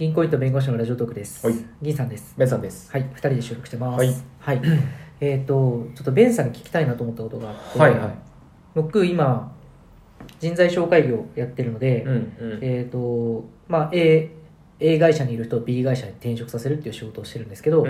銀行員と弁護士のラジオトークです。 はい。 銀さんです。 ベンさんです。 はい、2人で収録してます。 はい。 はい。ちょっとベンさんに聞きたいなと思ったことがあって、 はいはい。 僕今人材紹介業やってるので、A 会社にいる人を B 会社に転職させるっていう仕事をしてるんですけど、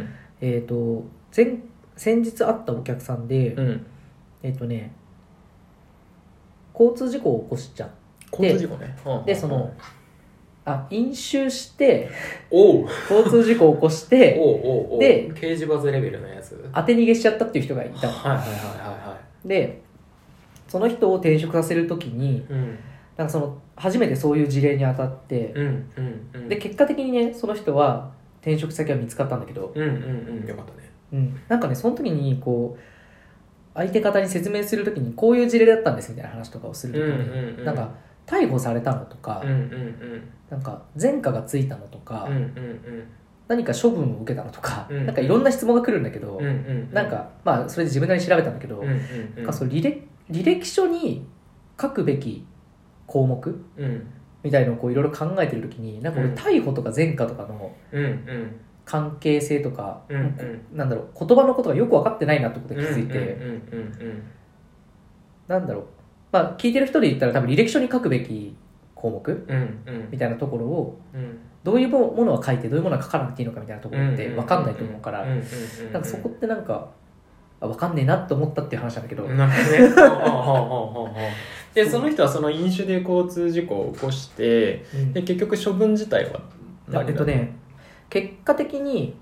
先日会ったお客さんで、交通事故を起こしちゃって、 交通事故ね。 で飲酒して交通事故を起こしてで刑事罰レベルのやつ当て逃げしちゃったっていう人がいたの。でその人を転職させるときに、なんか初めてそういう事例に当たって、で結果的にねその人は転職先は見つかったんだけど、 よかったね。 なんかねその時にこう相手方に説明するときにこういう事例だったんですみたいな話とかをするときに、なんか逮捕されたのとか、なんか前科がついたのとか、何か処分を受けたのとか、なんかいろんな質問が来るんだけど、なんかまあそれで自分なりに調べたんだけど、なんかその履歴書に書くべき項目、みたいのをこういろいろ考えてるときに、なんか俺逮捕とか前科とかの関係性とか、なんだろう言葉のことがよく分かってないなってことに気づいて、なんだろうまあ聞いてる人で言ったら多分履歴書に書くべき項目、みたいなところを、どういうものは書いてどういうものは書かなくていいのかみたいなところって分かんないと思うから、なんかそこってなんか分かんねえなって思ったっていう話なんだけど。 なるほどね。でその人はその飲酒で交通事故を起こして、で結局処分自体は結果的に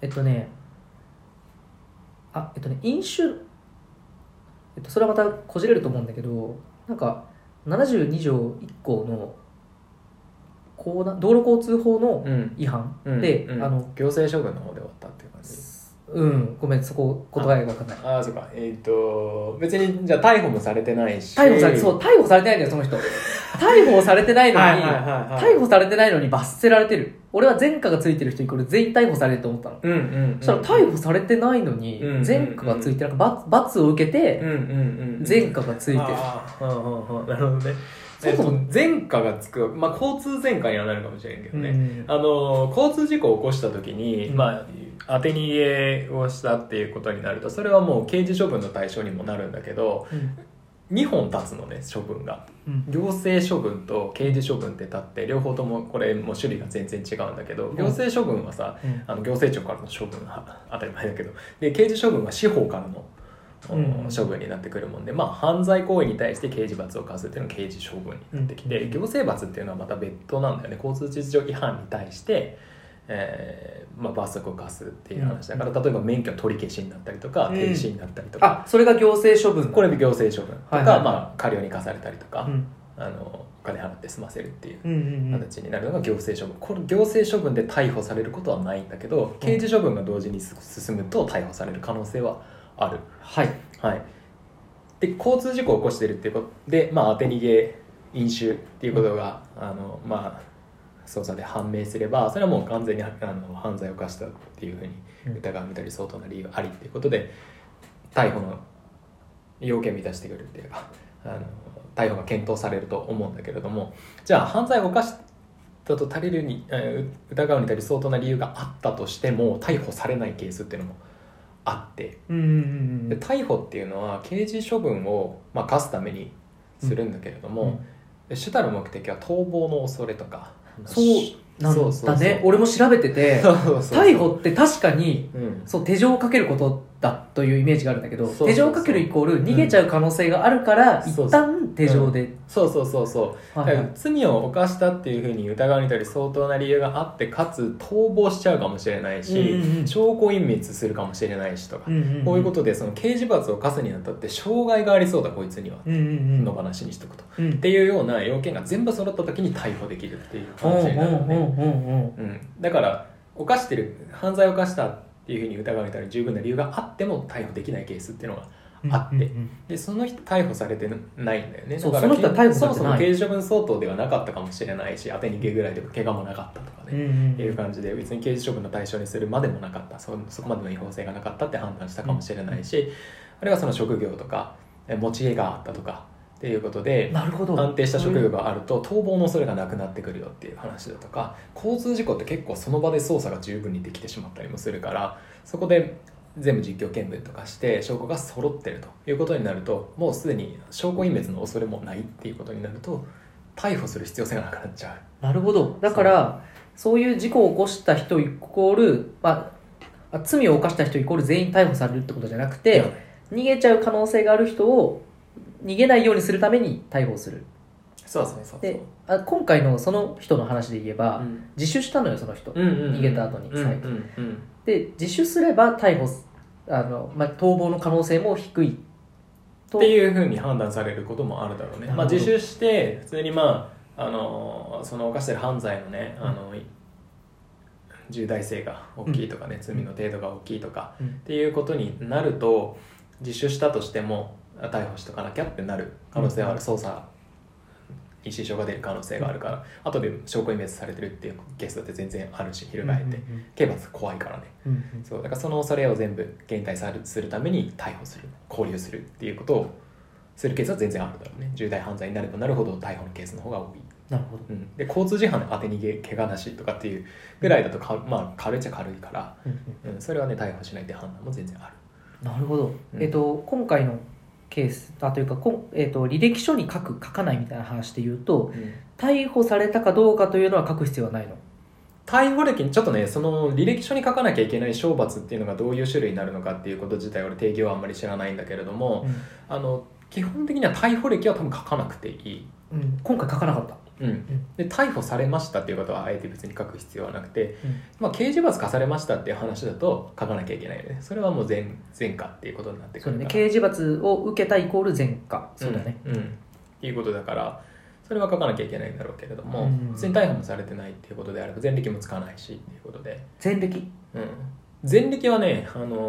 飲酒それはまたこじれると思うんだけど、なんか72条1項の道路交通法の違反で、 行政処分の方で終わったっていう感じ。 ごめんそこ言葉が分かんない。 そうか。別にじゃあ逮捕もされてないし、 逮捕されてないんだよその人。逮捕されてないのに逮捕されてないのに罰せられてる。俺は前科がついてる人にこれ全員逮捕されると思ったの。そしたら逮捕されてないのに前科がついてなんか罰を受けて前科がついてる。 なるほどね。前科がつく、まあ、交通前科にはなるかもしれんけどね、交通事故を起こした時に、当て逃げをしたっていうことになるとそれはもう刑事処分の対象にもなるんだけど、2本立つのね処分が、行政処分と刑事処分って立って両方ともこれもう種類が全然違うんだけど、行政処分はさ、行政庁からの処分は当たり前だけど、で刑事処分は司法からの処分になってくるもんで、犯罪行為に対して刑事罰を課すっていうのが刑事処分になってきて、行政罰っていうのはまた別途なんだよね。交通秩序違反に対して、罰則を課すっていう話だから、例えば免許取り消しになったりとか停止になったりとか、 それが行政処分。 これ行政処分とか、過料に課されたりとか、お金払って済ませるっていう形になるのが行政処分。これ行政処分で逮捕されることはないんだけど、刑事処分が同時に進むと逮捕される可能性はある。で交通事故を起こしているっていうことで、当て逃げ飲酒っていうことが、捜査で判明すればそれはもう完全に犯罪を犯したっていうふうに疑われたり相当な理由ありっていうことで逮捕の要件を満たしてくるっていうか逮捕が検討されると思うんだけれども、じゃあ犯罪を犯したと疑うに足り相当な理由があったとしても逮捕されないケースっていうのもあって、で逮捕っていうのは刑事処分を課すためにするんだけれども、主たる目的は逃亡の恐れとか。 そうなんだね。俺も調べてて逮捕って確かに、手錠をかけることだというイメージがあるんだけど、手錠をかけるイコール逃げちゃう可能性があるから、一旦手錠で、 罪を犯したっていうふうに疑われたり相当な理由があってかつ逃亡しちゃうかもしれないし、証拠隠滅するかもしれないしとか、こういうことでその刑事罰を科すにあたって障害がありそうだこいつには、野放しにしとくと、っていうような要件が全部揃った時に逮捕できるっていう話になるので、だから犯罪を犯したっていうふうに疑われたら十分な理由があっても逮捕できないケースっていうのがあって、でその人逮捕されてないんだよね。だからその人は逮捕されてない、そもそも刑事処分相当ではなかったかもしれないし、当て逃げぐらいで怪我もなかったとかね、いう感じで別に刑事処分の対象にするまでもなかった、そこまでの違法性がなかったって判断したかもしれないし、あるいはその職業とか持ち家があったとかっっていうことで、 なるほど、 安定した職業があると逃亡の恐れがなくなってくるよっていう話だとか、交通事故って結構その場で捜査が十分にできてしまったりもするから、そこで全部実況見分とかして証拠が揃ってるということになると、もうすでに証拠隠滅の恐れもないっていうことになると、逮捕する必要性がなくなっちゃう。 なるほど。だからそういう事故を起こした人イコール、罪を犯した人イコール全員逮捕されるってことじゃなくて、逃げちゃう可能性がある人を逃げないようにするために逮捕する。 そうそうそうそう。 で、今回のその人の話で言えば、自首したのよ、その人、逃げた後に最後、で自首すれば逮捕逃亡の可能性も低いとっていうふうに判断されることもあるだろうね。自首して普通にその犯してる犯罪のね、重大性が大きいとかね、罪の程度が大きいとか、っていうことになると、自首したとしても逮捕しとかなきゃってなる可能性はある。捜査に支障が出る可能性があるから、後で証拠隠滅されてるっていうケースだって全然あるし、翻って刑罰怖いからね、そうだからその恐れを全部減退するために逮捕する、拘留するっていうことをするケースは全然あるだろうね。重大犯罪になればなるほど逮捕のケースの方が多い。 なるほど、 で交通事犯で当て逃げ怪我なしとかっていうぐらいだと軽いっちゃ軽いから、それはね逮捕しないって判断も全然ある。 なるほど、今回のケースというか履歴書に書かないみたいな話で言うと、逮捕されたかどうかというのは書く必要はないの？ 逮捕歴にちょっとね、その履歴書に書かなきゃいけない処罰っていうのがどういう種類になるのかっていうこと自体俺定義はあんまり知らないんだけれども、基本的には逮捕歴は多分書かなくていい、 今回書かなかった。 で逮捕されましたっていうことはあえて別に書く必要はなくて、刑事罰課されましたっていう話だと書かなきゃいけないよね。それはもう前科っていうことになってくるから、 刑事罰を受けたイコール前科、そうだね、 っていうことだから、それは書かなきゃいけないんだろうけれども、別に逮捕もされてないっていうことであれば前歴もつかないしっていうことで。 前歴はね、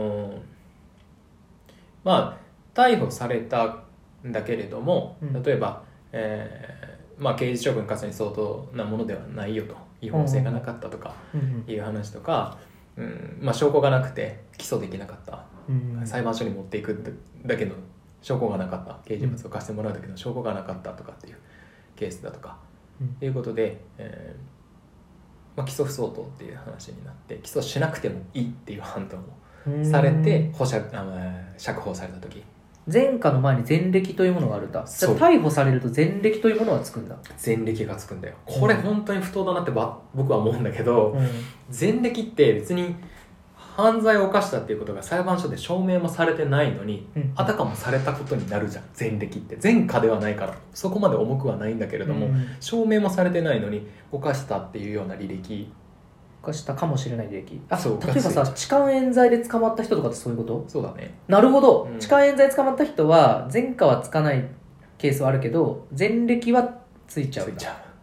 逮捕されたんだけれども、例えば、刑事処分課すに相当なものではないよと、違法性がなかったとかいう話とか、証拠がなくて起訴できなかった、裁判所に持っていくだけの証拠がなかった、刑事物を貸してもらうだけの証拠がなかったとかっていうケースだとか、いうことで、起訴不相当っていう話になって、起訴しなくてもいいっていう判断をされて釈放された時、 前科の前に前歴というものがあるんだ。じゃあ逮捕されると前歴というものはつくんだ。 前歴がつくんだよ。これ本当に不当だなって僕は思うんだけど、前歴って別に犯罪を犯したっていうことが裁判所で証明もされてないのに、あたかもされたことになるじゃん。前歴って前科ではないからそこまで重くはないんだけれども、証明もされてないのに犯したっていうような履歴、 犯したかもしれない履歴。 そう例えばさ、痴漢冤罪で捕まった人とかってそういうこと？ そうだね。 なるほど、痴漢冤罪捕まった人は前科はつかないケースはあるけど前歴はついちゃう。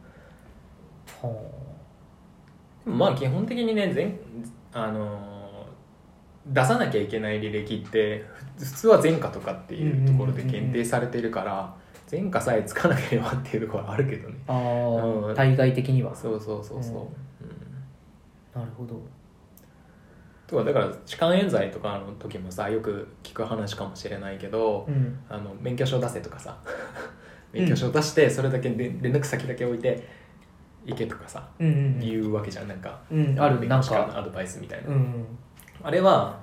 基本的にね、出さなきゃいけない履歴って普通は前科とかっていうところで限定されているから、前科さえつかなければっていうところはあるけどね。 対外的には。 そう、 なるほど。 とかだから痴漢冤罪とかの時もさ、よく聞く話かもしれないけど、免許証出せとかさ免許証出してそれだけで連絡先だけ置いて行けとかさ、言うわけじゃん。なんか、 ある、 なんかアドバイスみたいな、あれは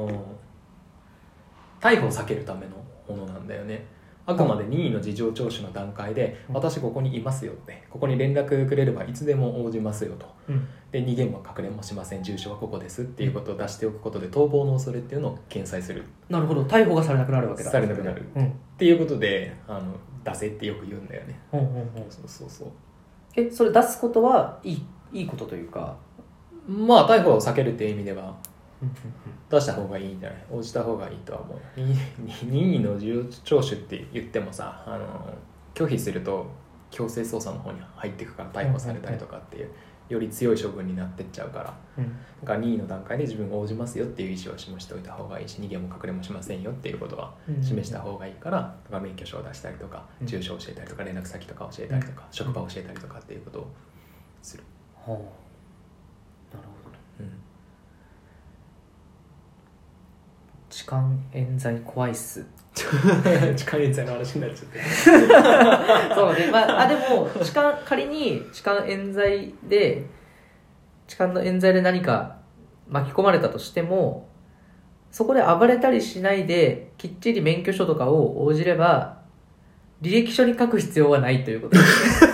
逮捕を避けるためのものなんだよね。あくまで任意の事情聴取の段階で、私ここにいますよって、ここに連絡くれればいつでも応じますよと、で逃げも隠れもしません、住所はここですっていうことを出しておくことで逃亡の恐れっていうのを減災する。 なるほど、逮捕がされなくなるわけだ。 されなくなる、っていうことで出せってよく言うんだよね。 それ出すことはいいことというか、 逮捕を避けるっていう意味では出した方がいいんじゃない？応じた方がいいとは思う。任意の事情聴取って言ってもさ、拒否すると強制捜査の方に入っていくから逮捕されたりとかっていう、より強い処分になってっちゃうから、だから任意の段階で自分が応じますよっていう意思を示しておいた方がいいし、逃げも隠れもしませんよっていうことは示した方がいいから、だから免許証を出したりとか、住所を教えたりとか、連絡先とか教えたりとか、職場を教えたりとかっていうことをする。 なるほど。痴漢冤罪怖いっす。 痴痴漢冤罪の話になっちゃってそうね、まあ、でも仮に痴漢冤罪で痴漢の冤罪で何か巻き込まれたとしても、そこで暴れたりしないできっちり免許証とかを応じれば履歴書に書く必要はないということです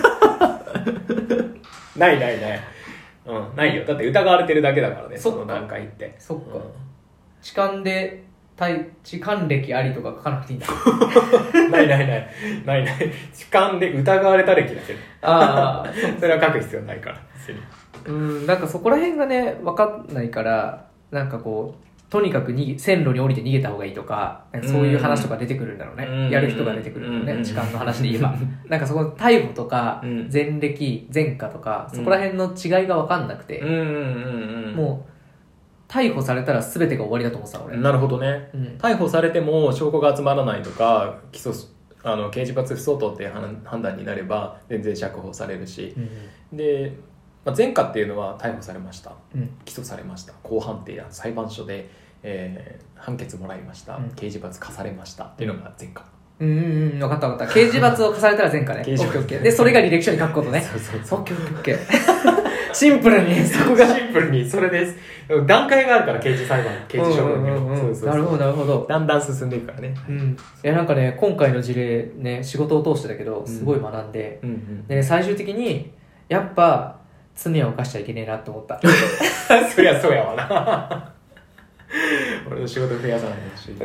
ない、ないよ。だって疑われてるだけだからね、その段階って。 そっか、痴漢で痴漢歴ありとか書かなくていいんだない痴漢で疑われた歴だけど、それは書く必要ないから別に。なんかそこら辺がね分かんないから、なんかこうとにかく線路に降りて逃げた方がいいとか、そういう話とか出てくるんだろうね。やる人が出てくるんだろうね。痴漢の話で言えば。なんかそこの逮捕とか、前歴、前科とか、そこら辺の違いが分かんなくて、もう、逮捕されたら全てが終わりだと思ってた、俺。 なるほどね。逮捕されても証拠が集まらないとか、刑事罰不相当っていう判断になれば、全然釈放されるし。で、前科っていうのは逮捕されました、起訴されました、公判定や裁判所で、判決もらいました、刑事罰課されましたっていうのが前科。 分かった刑事罰を課されたら前科ね。オッケーオッケー。でそれが履歴書に書くことね。そうオッケーオッケーシンプルにそこがシンプルにそれです。段階があるから、刑事裁判、刑事処分にも。 なるほどなるほど。 だんだん進んでいくからね。 いやなんかね、今回の事例ね、仕事を通してだけどすごい学んで、で最終的にやっぱ罪を犯しちゃいけねえなって思ったそりゃそうやわな俺の仕事増やさないでほしい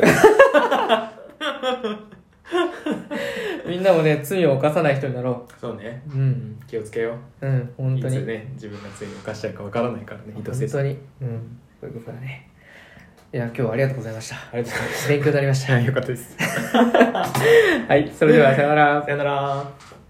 みんなもね、罪を犯さない人になろう。そうね、気をつけよう。本当にいつね、自分が罪を犯しちゃうかわからないからね、意図せず。 本当にそういうことだね。いや今日はありがとうございました。 ありがとうございました。 勉強になりました。 よかったですはい、それではさよなら。 さよなら。